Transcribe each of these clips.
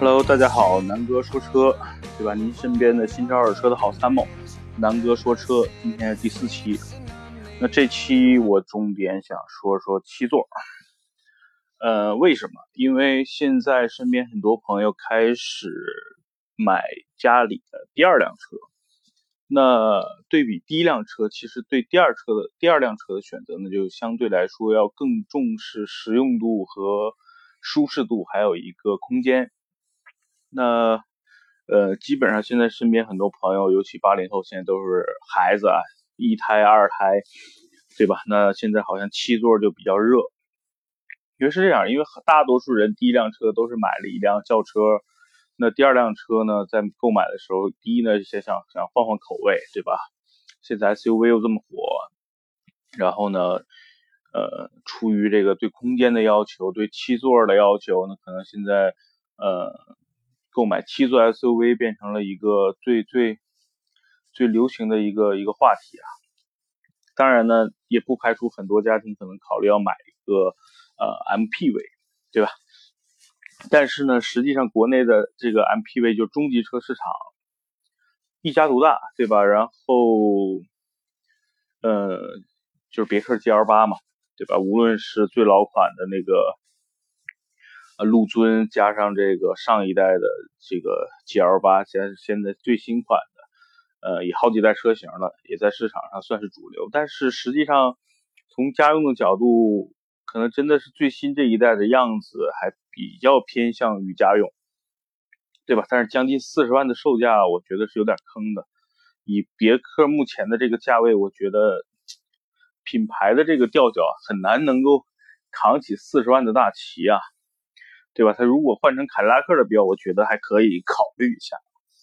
Hello，大家好，南哥说车，对吧？您身边的新车、二手车的好参谋，南哥说车，今天是第4期。那这期我重点想说说七座。为什么？因为现在身边很多朋友开始买家里的第二辆车。那对比第一辆车，其实对第二辆车的选择呢，就相对来说要更重视实用度和舒适度，还有一个空间。那基本上现在身边很多朋友，尤其80后，现在都是孩子啊，一胎、二胎，对吧？那现在好像七座就比较热，因为是这样，因为大多数人第一辆车都是买了一辆轿车，那第二辆车呢，在购买的时候，第一呢，想换换口味，对吧？现在 SUV 又这么火，然后呢，出于这个对空间的要求，对七座的要求，那可能现在购买七座 SUV 变成了一个最流行的一个话题啊。当然呢，也不排除很多家庭可能考虑要买一个MPV， 对吧？但是呢，实际上国内的这个 MPV 就中级车市场一家独大，对吧？然后就是别克 GL8 嘛，对吧？无论是最老款的那个陆尊，加上这个上一代的这个 GL8，现在最新款的，也好几代车型了，也在市场上算是主流。但是实际上，从家用的角度，可能真的是最新这一代的样子还比较偏向于家用，对吧？但是将近40万的售价，我觉得是有点坑的。以别克目前的这个价位，我觉得品牌的这个调调很难能够扛起40万的大旗啊，对吧？它如果换成凯迪拉克的标，我觉得还可以考虑一下。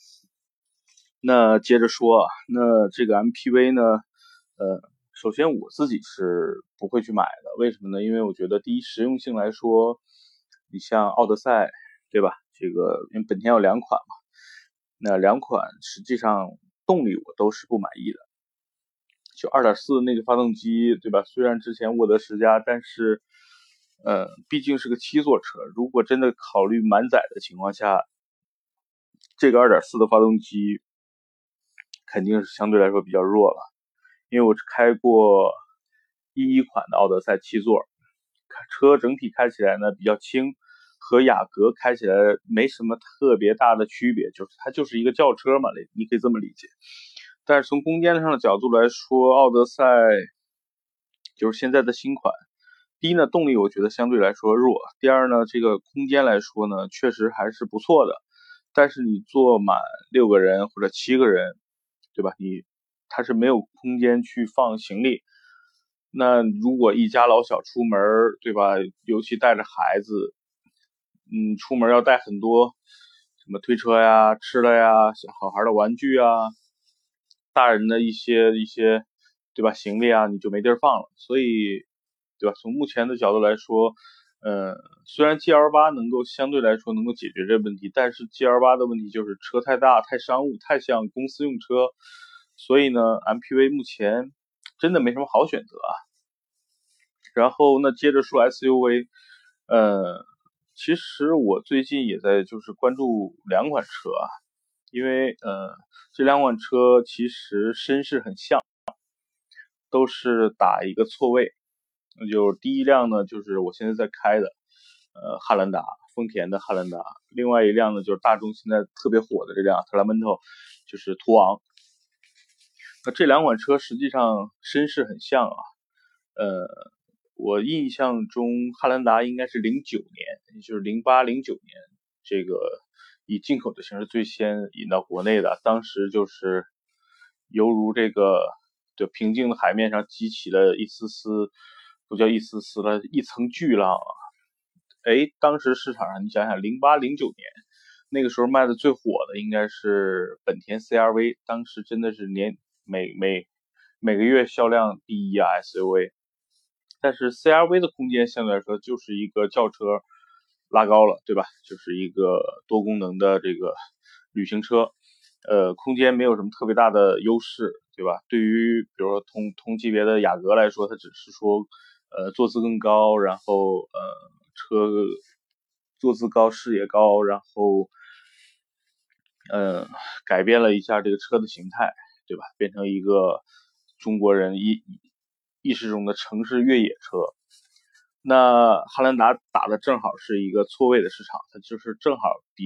那接着说啊，那这个 MPV 呢，首先我自己是不会去买的，为什么呢？因为我觉得第一，实用性来说，你像奥德赛，对吧？这个因为本田有2款嘛，那2款实际上动力我都是不满意的。就2.4那个发动机，对吧？虽然之前沃德10佳，但是毕竟是个7座车，如果真的考虑满载的情况下，这个2.4的发动机肯定是相对来说比较弱了。因为我开过11款的奥德赛7座，车整体开起来呢比较轻，和雅阁开起来没什么特别大的区别，就是它就是一个轿车嘛，你可以这么理解。但是从空间上的角度来说，奥德赛就是现在的新款。第一呢，动力我觉得相对来说弱；第二呢，这个空间来说呢，确实还是不错的。但是你坐满6个人或者7个人，对吧？它是没有空间去放行李。那如果一家老小出门，对吧？尤其带着孩子，出门要带很多什么推车呀、吃的呀、小孩的玩具啊、大人的一些对吧行李啊，你就没地儿放了。所以，对吧？从目前的角度来说，虽然 GL8 相对来说能够解决这个问题，但是 GL8 的问题就是车太大、太商务、太像公司用车，所以呢 MPV 目前真的没什么好选择啊。然后那接着说 SUV，其实我最近也在就是关注2款车啊，因为这2款车其实身世很像，都是打一个错位。那就第一辆呢，就是我现在在开的，汉兰达，丰田的汉兰达。另外一辆呢，就是大众现在特别火的这辆特拉门托，就是途昂。那这2款车实际上身世很像啊，我印象中汉兰达应该是09年，也就是08、09年，这个以进口的形式最先引到国内的，当时就是犹如这个对平静的海面上激起了一丝丝，不叫一丝丝了，一层巨浪啊！当时市场上你想想08、09年那个时候卖的最火的应该是本田 CR-V， 当时真的是每个月销量第一啊 SUV。但是 CR-V 的空间相对来说就是一个轿车拉高了，对吧？就是一个多功能的这个旅行车，空间没有什么特别大的优势，对吧？对于比如说同级别的雅阁来说，它只是说坐姿更高，然后车坐姿高，视野高，然后改变了一下这个车的形态，对吧？变成一个中国人意识中的城市越野车。那汉兰达打的正好是一个错位的市场，它就是正好比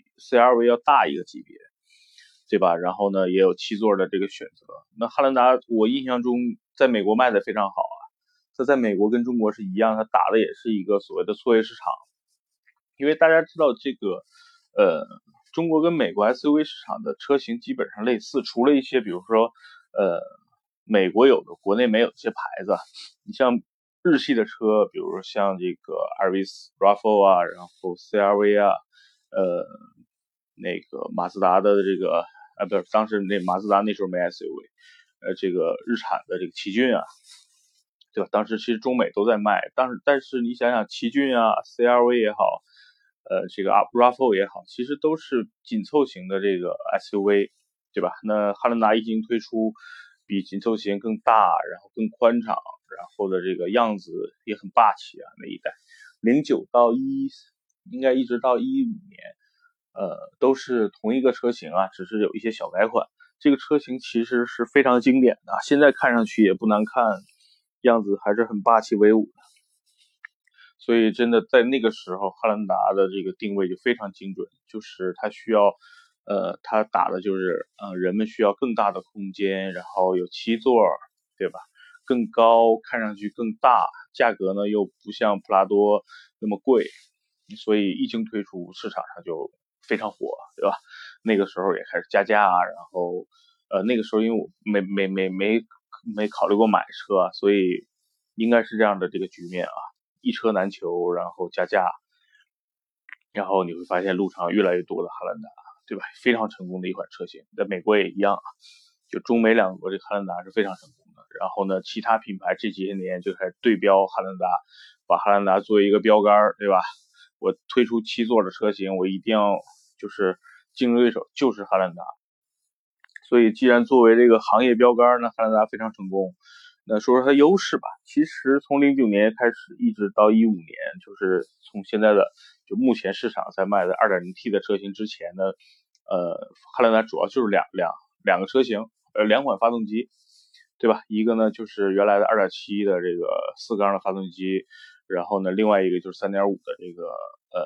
CRV 要大一个级别，对吧？然后呢，也有7座的这个选择。那汉兰达我印象中在美国卖的非常好啊，它在美国跟中国是一样，它打的也是一个所谓的错位市场。因为大家知道这个，中国跟美国 SUV 市场的车型基本上类似，除了一些比如说，美国有的国内没有一些牌子，你像日系的车，比如说像这个2V4 RAV4 啊，然后 CRV 啊，那个马自达的这个，不是，当时那马自达那时候没 SUV，这个日产的这个奇骏啊，对吧？当时其实中美都在卖，但是你想想，奇骏啊、CRV 也好，这个 RAV4 也好，其实都是紧凑型的这个 SUV，对吧？那汉兰达一经推出，比紧凑型更大，然后更宽敞，然后的这个样子也很霸气啊，那一代09到应该一直到15年，都是同一个车型啊，只是有一些小改款。这个车型其实是非常经典的，现在看上去也不难看，样子还是很霸气威武的。所以真的在那个时候，汉兰达的这个定位就非常精准，就是它需要，它打的就是，人们需要更大的空间，然后有7座，对吧？更高，看上去更大，价格呢又不像普拉多那么贵，所以一经推出，市场上就非常火，对吧？那个时候也开始加价啊，然后，那个时候因为我没考虑过买车啊，所以应该是这样的这个局面啊。一车难求，然后加价，然后你会发现路上越来越多的汉兰达，对吧？非常成功的一款车型，在美国也一样啊，就中美两国这个汉兰达是非常成功的。然后呢，其他品牌这几些年就开始对标汉兰达，把汉兰达作为一个标杆，对吧？我推出7座的车型，我一定要就是竞争对手就是汉兰达。所以既然作为这个行业标杆呢，汉兰达非常成功。那说说它优势吧，其实从09年开始一直到15年，就是从现在的就目前市场在卖的 2.0T 的车型之前呢，汉兰达主要就是两个车型，两款发动机，对吧？一个呢就是原来的2.7的这个4缸的发动机，然后呢另外一个就是3.5的这个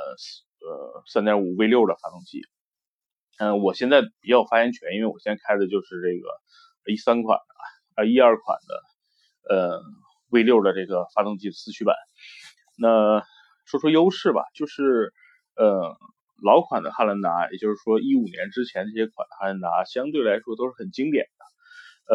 3.5 V6的发动机。我现在比较有发言权，因为我现在开的就是这个13款的12款的V6的这个发动机四驱版。那说说优势吧，就是老款的汉兰达，也就是说15年之前这些款的汉兰达，相对来说都是很经典的。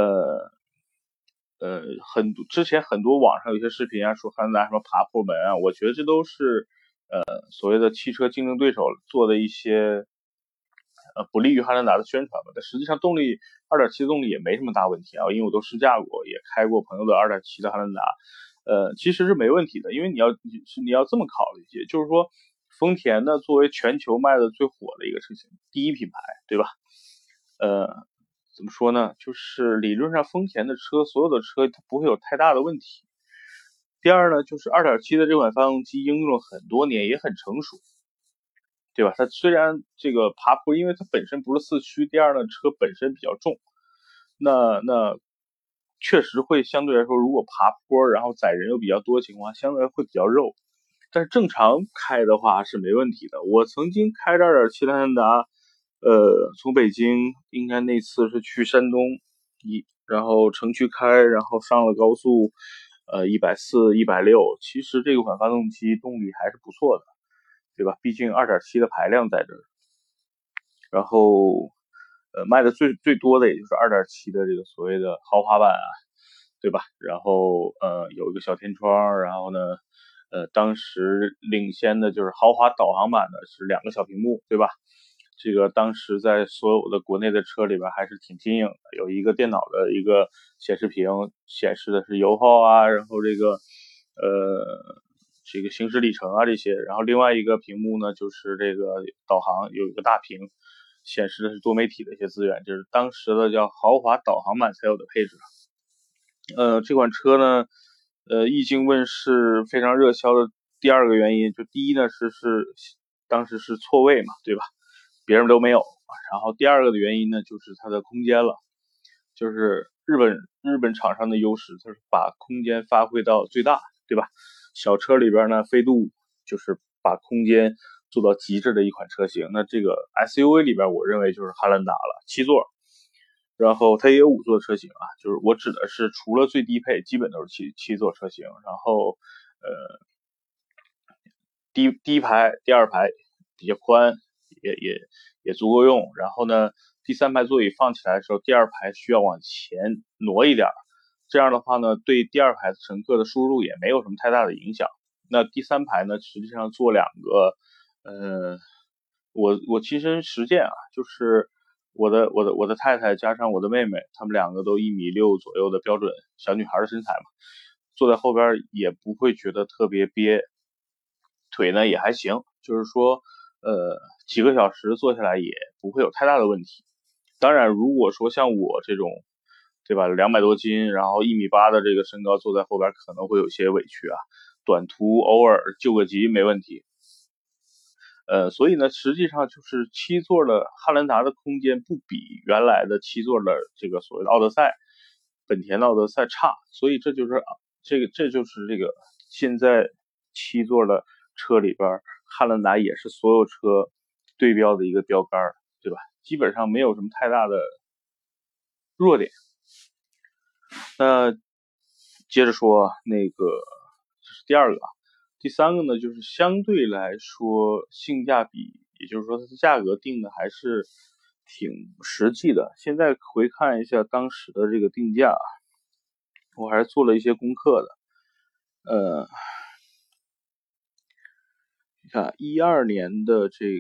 之前很多网上有些视频啊，说汉兰达什么爬坡门啊，我觉得这都是所谓的汽车竞争对手做的一些不利于汉兰达的宣传吧。但实际上2.7的动力也没什么大问题啊，因为我都试驾过，也开过朋友的2.7的汉兰达，其实是没问题的。因为你要这么考虑，也就是说，丰田呢作为全球卖的最火的一个车型，第一品牌，对吧？怎么说呢？就是理论上丰田的车，所有的车它不会有太大的问题。第二呢，就是2.7的这款发动机应用了很多年，也很成熟。对吧？它虽然这个爬坡，因为它本身不是四驱，第二呢，车本身比较重，那确实会相对来说，如果爬坡然后载人又比较多的情况下，相对会比较肉。但是正常开的话是没问题的。我曾经开着2.7的汉兰达，从北京应该那次是去山东，然后城区开，然后上了高速，140、160，其实这款发动机动力还是不错的。对吧？毕竟2.7的排量在这儿，然后卖的最多的也就是2.7的这个所谓的豪华版啊，对吧？然后有一个小天窗，然后呢当时领先的就是豪华导航版的是2个小屏幕，对吧？这个当时在所有的国内的车里边还是挺新颖的，有一个电脑的一个显示屏，显示的是油耗啊，然后这个行驶里程啊这些，然后另外一个屏幕呢就是这个导航，有一个大屏，显示的是多媒体的一些资源，就是当时的叫豪华导航版才有的配置。这款车呢，一经问世非常热销的第二个原因，就第一呢是当时是错位嘛，对吧？别人都没有。然后第二个的原因呢，就是它的空间了，就是日本厂商的优势，就是把空间发挥到最大，对吧？小车里边呢，飞度就是把空间做到极致的一款车型。那这个 SUV 里边，我认为就是汉兰达了，7座，然后它也有5座车型啊，就是我指的是除了最低配，基本都是七座车型。然后第一排、第二排比较宽，也足够用。然后呢，第3排座椅放起来的时候，第2排需要往前挪一点，这样的话呢，对第2排乘客的输入也没有什么太大的影响。那第3排呢，实际上做2个，我亲身实践啊，就是我的太太加上我的妹妹，她们2个都1.6米左右的标准小女孩的身材嘛，坐在后边也不会觉得特别憋，腿呢也还行，就是说几个小时坐下来也不会有太大的问题。当然，如果说像我这种，对吧，200多斤，然后1.8米的这个身高坐在后边可能会有些委屈啊，短途偶尔救个急没问题。所以呢，实际上就是7座的汉兰达的空间不比原来的7座的这个所谓的奥德赛、本田的奥德赛差，所以这就是这个现在7座的车里边，汉兰达也是所有车对标的一个标杆，对吧？基本上没有什么太大的弱点。那接着说那个，这是第二个。第3个呢，就是相对来说性价比，也就是说它的价格定的还是挺实际的。现在回看一下当时的这个定价，我还是做了一些功课的。你看12年的这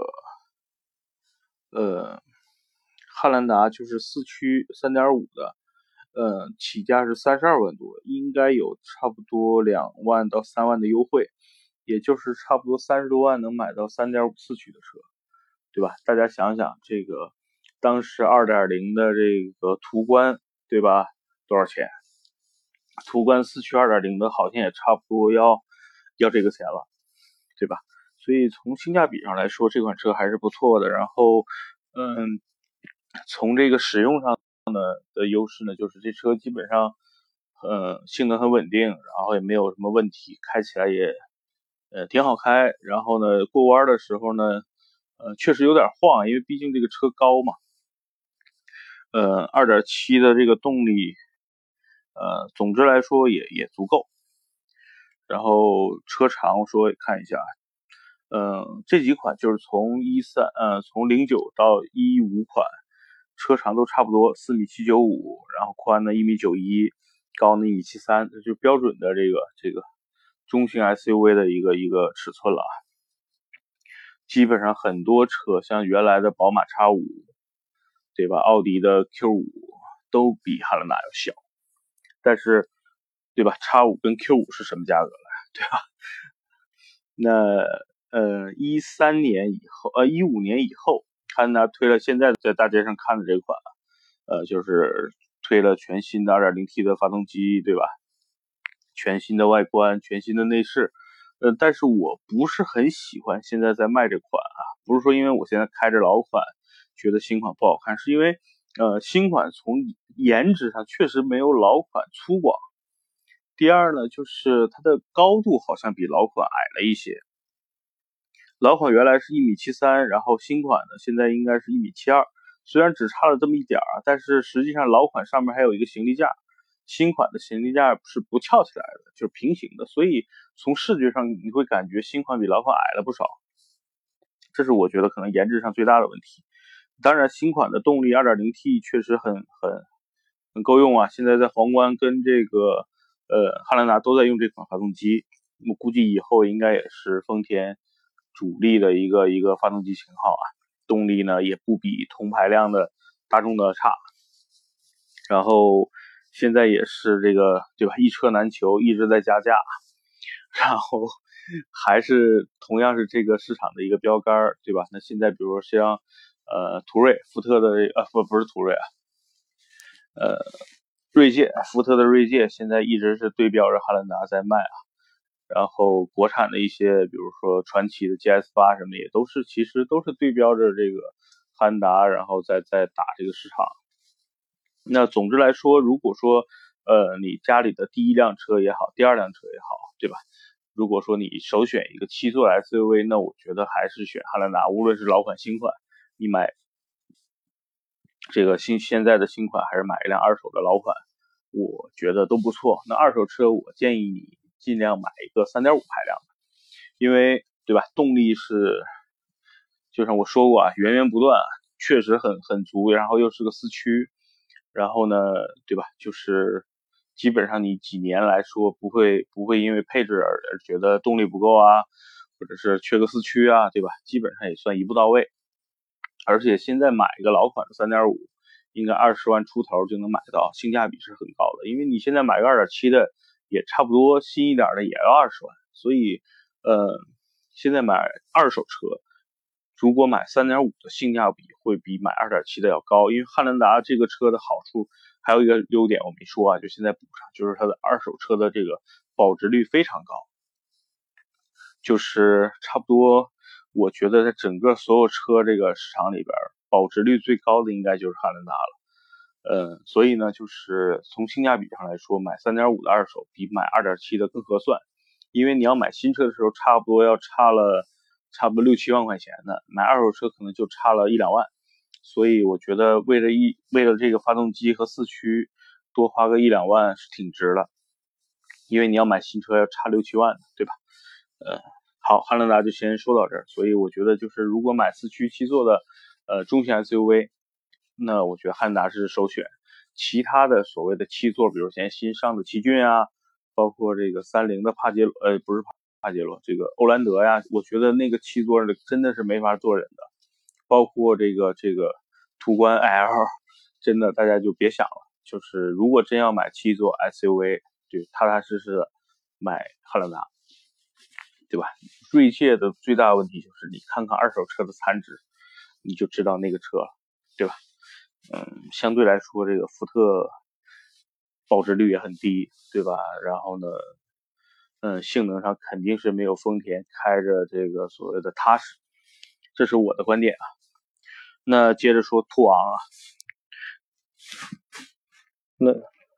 个汉兰达就是4驱3.5的，起价是32万多，应该有差不多2万到3万的优惠，也就是差不多30多万能买到3.5四驱的车，对吧？大家想想，这个当时2.0的这个途观，对吧？多少钱？途观4驱2.0的好像也差不多要这个钱了，对吧？所以从性价比上来说，这款车还是不错的。然后，从这个使用上的优势呢，就是这车基本上，性能很稳定，然后也没有什么问题，开起来也，挺好开。然后呢，过弯的时候呢，确实有点晃，因为毕竟这个车高嘛。2.7的这个动力，总之来说也足够。然后车长说看一下，这几款就是从09到15款，车长都差不多4.795米，然后宽呢1.91米，高呢1.73米，这就标准的这个中型 SUV 的一个尺寸了。基本上很多车，像原来的宝马 X5，对吧？奥迪的 Q5都比汉兰达要小，但是，对吧？X5跟 Q5是什么价格了，对吧？那13年以后，15年以后，汉兰达推了现在在大街上看的这款，就是推了全新的 2.0T 的发动机，对吧？全新的外观，全新的内饰，但是我不是很喜欢现在在卖这款啊，不是说因为我现在开着老款觉得新款不好看，是因为新款从颜值上确实没有老款粗犷。第二呢，就是它的高度好像比老款矮了一些。老款原来是1.73米，然后新款呢现在应该是1.72米，虽然只差了这么一点儿，但是实际上老款上面还有一个行李架，新款的行李架是不翘起来的，就是平行的，所以从视觉上你会感觉新款比老款矮了不少，这是我觉得可能颜值上最大的问题。当然，新款的动力 2.0T 确实很够用啊，现在在皇冠跟这个汉兰达都在用这款发动机，我估计以后应该也是丰田主力的一个发动机型号啊，动力呢也不比同排量的大众的差。然后现在也是这个对吧，一车难求，一直在加价，然后还是同样是这个市场的一个标杆，对吧？那现在比如说像途锐，福特的不是途锐啊，锐界，福特的锐界现在一直是对标着汉兰达在卖啊。 然后国产的一些，比如说传祺的 GS8什么的，也都是其实都是对标着这个汉达，然后再打这个市场。那总之来说，如果说你家里的第一辆车也好，第二辆车也好，对吧？如果说你首选一个七座 SUV，那我觉得还是选汉兰达，无论是老款新款，你买这个现在的新款，还是买一辆二手的老款，我觉得都不错。那二手车我建议你尽量买一个3.5排量的，因为对吧，动力是就像我说过啊，源源不断，确实很足，然后又是个四驱，然后呢，对吧？就是基本上你几年来说不会因为配置而觉得动力不够啊，或者是缺个四驱啊，对吧？基本上也算一步到位。而且现在买一个老款的3.5，应该20万出头就能买到，性价比是很高的。因为你现在买个2.7的也差不多，新一点的也要20万，所以现在买二手车，如果买3.5的性价比会比买2.7的要高，因为汉兰达这个车的好处还有一个优点我没说啊，就现在补上，就是它的二手车的这个保值率非常高，就是差不多，我觉得在整个所有车这个市场里边，保值率最高的应该就是汉兰达了。所以呢，就是从性价比上来说，买3.5的二手比买2.7的更合算，因为你要买新车的时候，差不多差不多6-7万块钱的，买二手车可能就差了1-2万，所以我觉得为了这个发动机和四驱多花个1-2万是挺值的，因为你要买新车要差6-7万的，对吧？好，汉兰达就先说到这儿。所以我觉得就是如果买四驱七座的中型 SUV，那我觉得汉兰达是首选。其他的所谓的七座，比如现在新上的奇骏啊，包括这个30的帕杰罗，不是帕杰罗，这个欧蓝德呀，我觉得那个七座的真的是没法坐人的。包括这个途观 L， 真的大家就别想了。就是如果真要买七座 SUV， 就踏踏实实的买汉兰达。对吧？锐界的最大问题就是你看看二手车的残值，你就知道那个车了，对吧？相对来说，这个福特保值率也很低，对吧？然后呢，性能上肯定是没有丰田开着这个所谓的踏实，这是我的观点啊。那接着说途昂啊，那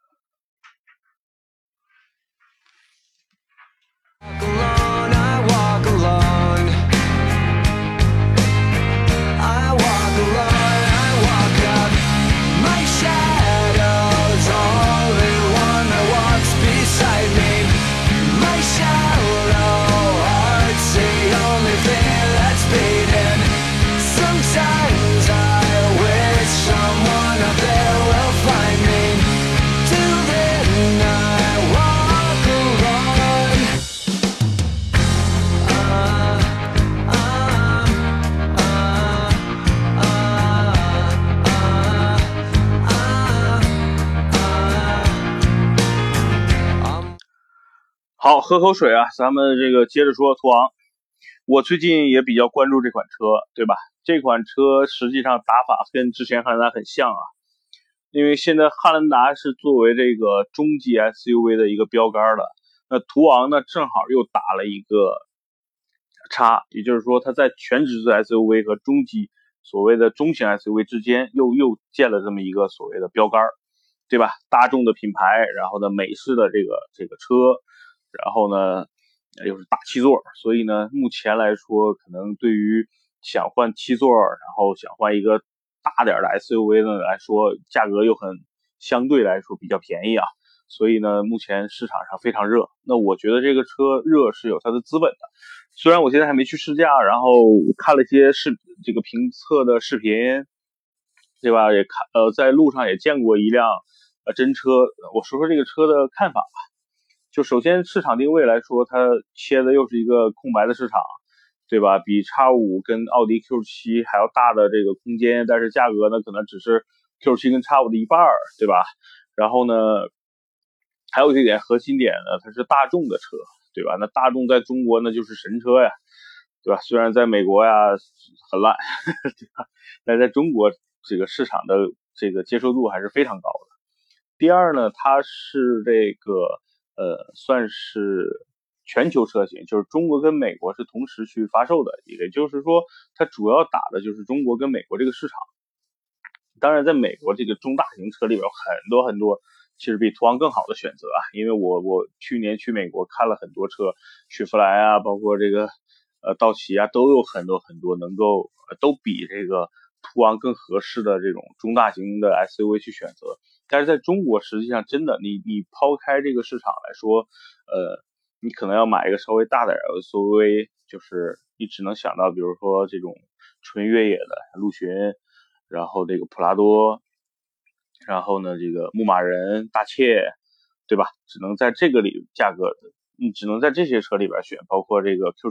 好，喝口水啊，咱们这个接着说途昂。我最近也比较关注这款车，对吧？这款车实际上打法跟之前汉兰达很像啊，因为现在汉兰达是作为这个中级 SUV 的一个标杆了，那途昂呢正好又打了一个叉，也就是说它在全尺寸 SUV 和中级所谓的中型 SUV 之间又建了这么一个所谓的标杆，对吧？大众的品牌，然后呢美式的这个车，然后呢又是大七座，所以呢目前来说可能对于想换七座，然后想换一个大点的 SUV 呢来说，价格又很相对来说比较便宜啊，所以呢目前市场上非常热。那我觉得这个车热是有它的资本的，虽然我现在还没去试驾，然后看了一些这个评测的视频，对吧？也在路上也见过一辆真车。我说说这个车的看法吧。就首先市场定位来说，它切的又是一个空白的市场，对吧？比 X5 跟奥迪 Q7 还要大的这个空间，但是价格呢可能只是 Q7 跟 X5 的一半，对吧？然后呢，还有一点核心点呢，它是大众的车，对吧？那大众在中国那就是神车呀，对吧？虽然在美国呀很烂，对吧？但在中国这个市场的这个接受度还是非常高的。第二呢，它是这个算是全球车型，就是中国跟美国是同时去发售的，也就是说它主要打的就是中国跟美国这个市场。当然在美国这个中大型车里边有很多其实比途昂更好的选择啊，因为我去年去美国看了很多车，雪佛兰啊，包括这个道奇啊，都有很多能够都比这个途昂更合适的这种中大型的 SUV 去选择。但是在中国实际上真的你抛开这个市场来说，你可能要买一个稍微大点的 SUV， 就是你只能想到比如说这种纯越野的陆巡，然后这个普拉多，然后呢这个牧马人、大切，对吧？只能在这个价格，你只能在这些车里边选，包括这个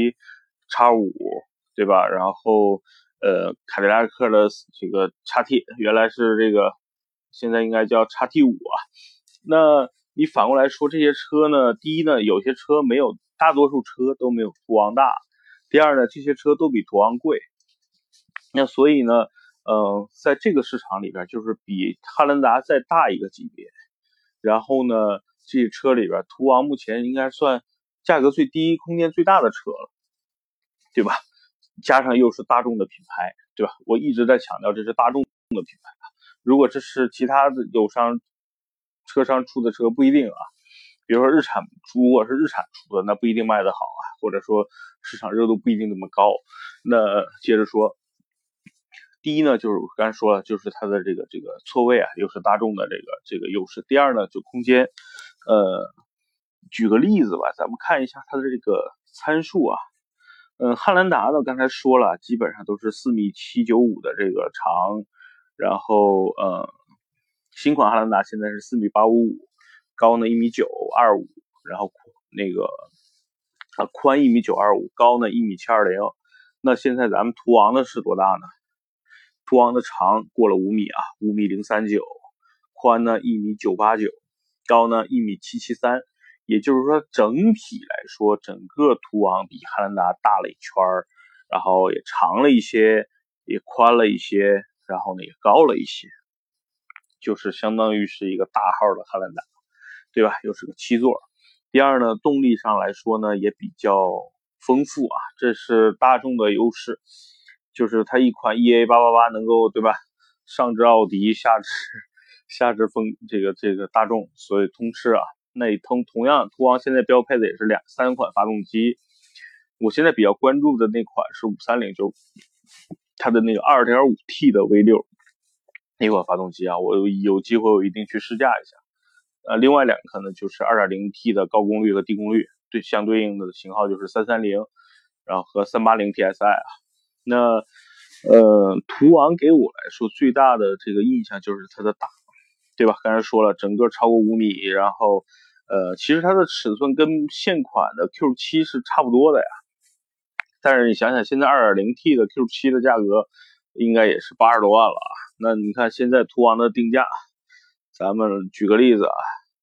Q7、X5，对吧？然后凯迪拉克的这个 XT， 原来是这个现在应该叫 XT5啊。那你反过来说这些车呢，第一呢，有些车没有，大多数车都没有途昂大；第二呢，这些车都比途昂贵。那所以呢，在这个市场里边，就是比汉兰达再大一个级别。然后呢，这车里边途昂目前应该算价格最低、空间最大的车了，对吧？加上又是大众的品牌，对吧？我一直在强调这是大众的品牌。如果这是其他的车商出的车不一定啊。比如说如果是日产出的，那不一定卖得好啊，或者说市场热度不一定那么高。那接着说，第一呢，就是我刚才说了，就是它的这个错位啊，又是大众的这个优势。第二呢，就空间，举个例子吧，咱们看一下它的这个参数啊。汉兰达呢，刚才说了，基本上都是4.795米的这个长，然后新款汉兰达现在是4.855米，高呢1.925米，然后那个宽1.925米，高呢1.720米。那现在咱们途昂的是多大呢？途昂的长过了5米啊，5.039米，宽呢1.989米，高呢1.773米。也就是说，整体来说，整个途昂比汉兰达大了一圈，然后也长了一些，也宽了一些，然后呢也高了一些，就是相当于是一个大号的汉兰达，对吧？又是个7座。第二呢，动力上来说呢也比较丰富啊，这是大众的优势，就是它一款 EA888能够，对吧？上至奥迪，下至这个大众，所以通吃啊。那同样，途昂现在标配的也是3款发动机。我现在比较关注的那款是530，就它的那个 2.5T 的 V6那款发动机啊，我有机会我一定去试驾一下。另外2个呢就是 2.0T 的高功率和低功率，相对应的型号就是330，然后和380 TSI 啊。那途昂给我来说最大的这个印象就是它的大，对吧？刚才说了，整个超过5米，然后其实它的尺寸跟现款的 Q7 是差不多的呀。但是你想想，现在 2.0T 的 Q7 的价格应该也是80多万了啊。那你看现在途昂的定价，咱们举个例子啊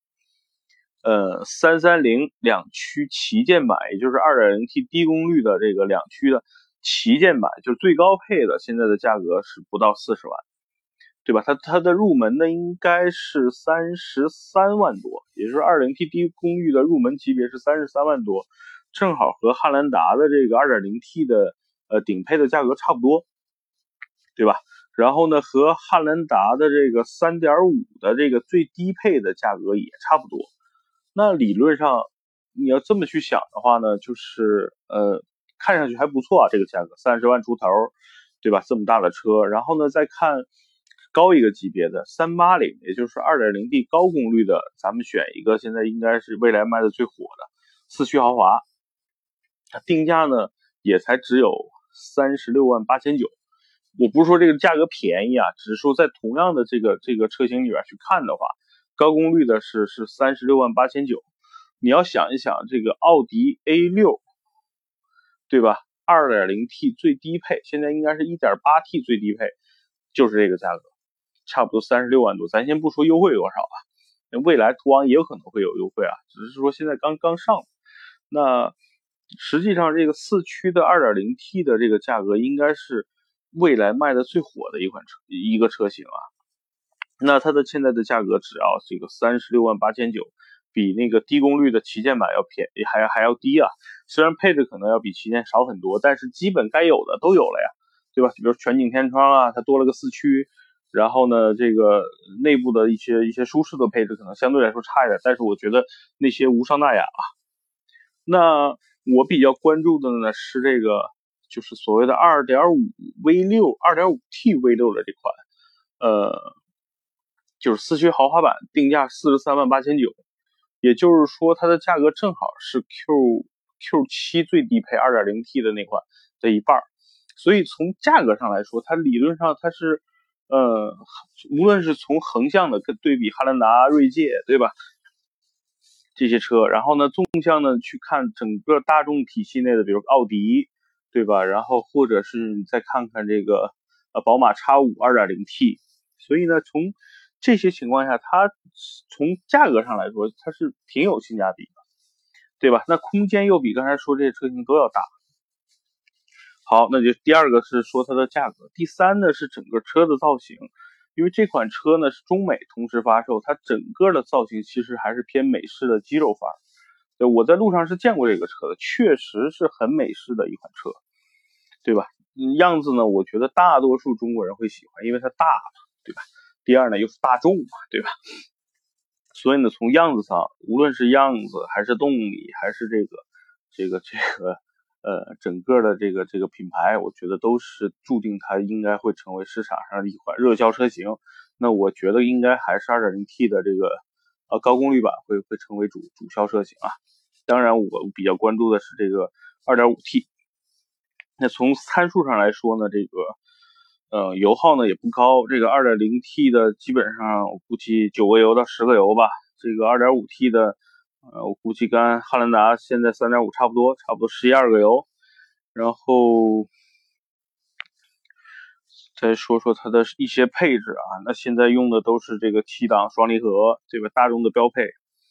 ，330两驱旗舰版，也就是 2.0T 低功率的这个两驱的旗舰版，就是最高配的，现在的价格是不到40万。对吧？它的入门呢应该是33万多，也就是 2.0T 低功率的入门级别是33万多，正好和汉兰达的这个 2.0T 的顶配的价格差不多，对吧？然后呢，和汉兰达的这个 3.5 的这个最低配的价格也差不多。那理论上你要这么去想的话呢，就是看上去还不错啊，这个价格30万出头，对吧？这么大的车，然后呢再看高一个级别的380，也就是 2.0T 高功率的，咱们选一个现在应该是未来卖的最火的四驱豪华，它定价呢也才只有36万8900。我不是说这个价格便宜啊，只是说在同样的这个车型里边去看的话，高功率的是36万8900。你要想一想，这个奥迪 A6， 对吧？ 2.0T 最低配现在应该是 1.8T 最低配，就是这个价格，差不多36万多。咱先不说优惠多少啊，未来途昂也有可能会有优惠啊，只是说现在刚上。那实际上这个四驱的 2.0T 的这个价格应该是未来卖的最火的一个车型啊。那它的现在的价格只要这个36万8900， 比那个低功率的旗舰版要便宜，还要低啊。虽然配置可能要比旗舰少很多，但是基本该有的都有了呀，对吧？比如全景天窗啊，它多了个四驱，然后呢，这个内部的一些舒适的配置可能相对来说差一点，但是我觉得那些无伤大雅啊。那我比较关注的呢是这个，就是所谓的2.5 V6 的这款，就是四驱豪华版，定价43.890，也就是说它的价格正好是 Q7 最低配 2.0T 的那款的一半，所以从价格上来说，它理论上它是，无论是从横向的跟对比汉兰达、锐界，对吧？这些车，然后呢，纵向呢去看整个大众体系内的，比如奥迪，对吧？然后或者是你再看看这个宝马 X5 2.0T，所以呢，从这些情况下，它从价格上来说，它是挺有性价比的，对吧？那空间又比刚才说这些车型都要大。好，那就第二个是说它的价格，第三呢是整个车的造型，因为这款车呢是中美同时发售，它整个的造型其实还是偏美式的肌肉范儿。对，我在路上是见过这个车的，确实是很美式的一款车，对吧？样子呢，我觉得大多数中国人会喜欢，因为它大嘛，对吧？第二呢又是大众嘛，对吧？所以呢，从样子上，无论是样子还是动力，还是这个整个的这个品牌，我觉得都是注定它应该会成为市场上的一款热销车型。那我觉得应该还是 2.0T 的这个高功率版会成为主销车型啊。当然，我比较关注的是这个 2.5T。那从参数上来说呢，这个油耗呢也不高，这个 2.0T 的基本上我估计9个油到10个油吧。这个 2.5T 的我估计跟汉兰达现在3.5差不多11、2个油。然后再说说它的一些配置啊，那现在用的都是这个7档双离合，对吧？大众的标配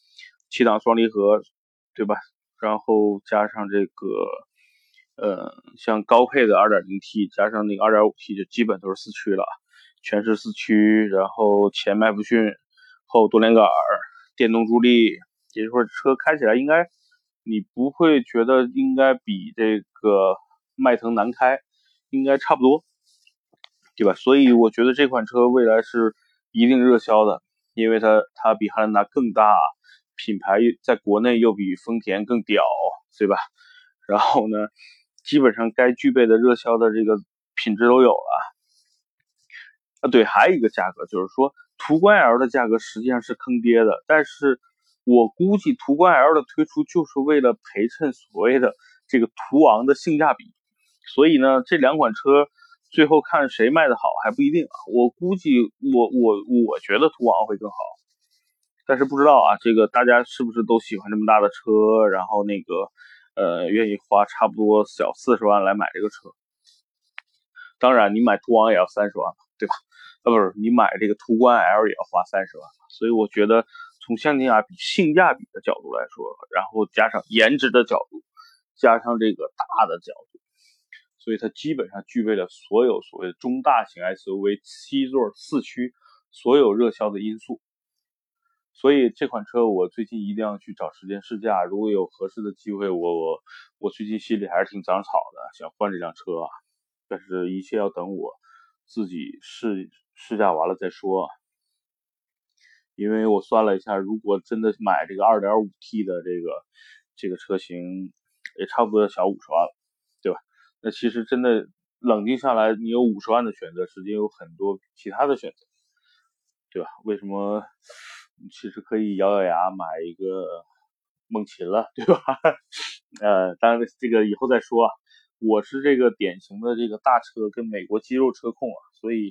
7档双离合，对吧？然后加上这个像高配的 2.0T 加上那个 2.5T 就基本都是四驱了，全是四驱，然后前麦弗逊，后多连杆，电动助力，也就是说车开起来应该你不会觉得应该比这个迈腾难开，应该差不多，对吧？所以我觉得这款车未来是一定热销的，因为它比汉兰达更大，品牌在国内又比丰田更屌，对吧？然后呢，基本上该具备的热销的这个品质都有了。对，还有一个价格，就是说途观 L 的价格实际上是坑爹的，但是我估计途观 L 的推出就是为了陪衬所谓的这个途昂的性价比，所以呢，这两款车最后看谁卖的好还不一定啊。我估计我觉得途昂会更好，但是不知道啊，这个大家是不是都喜欢这么大的车，然后那个愿意花差不多小40万来买这个车。当然，你买途昂也要30万，对吧？不是，你买这个途观 L 也要花30万，所以我觉得从性价比的角度来说，然后加上颜值的角度，加上这个大的角度，所以它基本上具备了所有所谓的中大型 SUV 7座四驱所有热销的因素。所以这款车我最近一定要去找时间试驾，如果有合适的机会，我最近心里还是挺长草的，想换这辆车啊。但是一切要等我自己试驾完了再说。因为我算了一下，如果真的买这个 2.5T 的这个车型，也差不多要小50万了，对吧？那其实真的冷静下来，你有50万的选择，实际有很多其他的选择，对吧？为什么？其实可以咬咬牙买一个梦琴了，对吧？当然这个以后再说啊。我是这个典型的这个大车跟美国肌肉车控啊，所以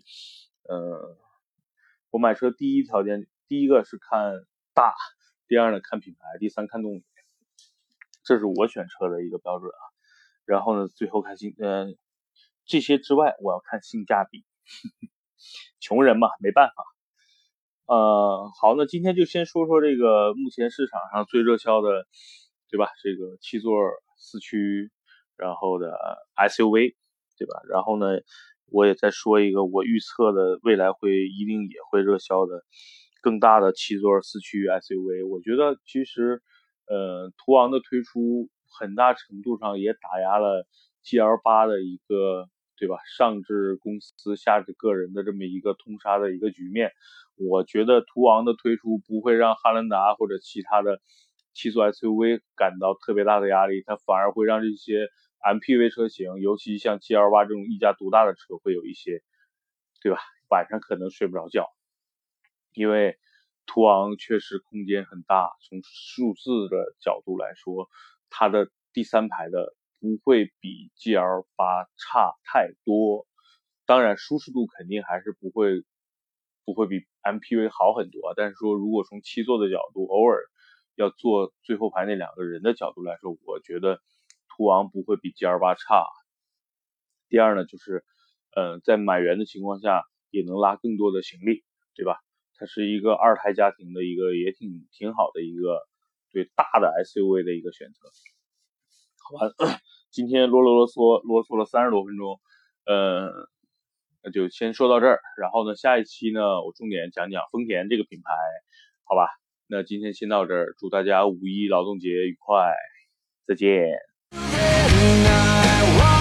我买车第一条件，第一个是看大，第二呢看品牌，第三看动力，这是我选车的一个标准啊。然后呢，最后看这些之外，我要看性价比。穷人嘛，没办法。好，那今天就先说说这个目前市场上最热销的，对吧？这个7座四驱，然后的 SUV，对吧？然后呢，我也再说一个我预测的未来一定也会热销的更大的7座4驱 SUV。我觉得其实途昂的推出很大程度上也打压了 GL8 的一个，对吧，上至公司下至个人的这么一个通杀的一个局面。我觉得途昂的推出不会让汉兰达或者其他的7座 SUV 感到特别大的压力，它反而会让这些 MPV 车型，尤其像 GL8 这种一家独大的车会有一些，对吧，晚上可能睡不着觉。因为途昂确实空间很大，从数字的角度来说，它的第3排的不会比 GL8 差太多。当然舒适度肯定还是不会比 MPV 好很多，但是说如果从7座的角度，偶尔要坐最后排那2个人的角度来说，我觉得途昂不会比 GL8 差。第二呢，就是在满员的情况下也能拉更多的行李，对吧？它是一个2胎家庭的一个也挺好的一个对大的 SUV 的一个选择。好吧，今天啰嗦了30多分钟，那就先说到这儿。然后呢，下一期呢，我重点讲讲丰田这个品牌，好吧？那今天先到这儿，祝大家5一劳动节愉快，再见。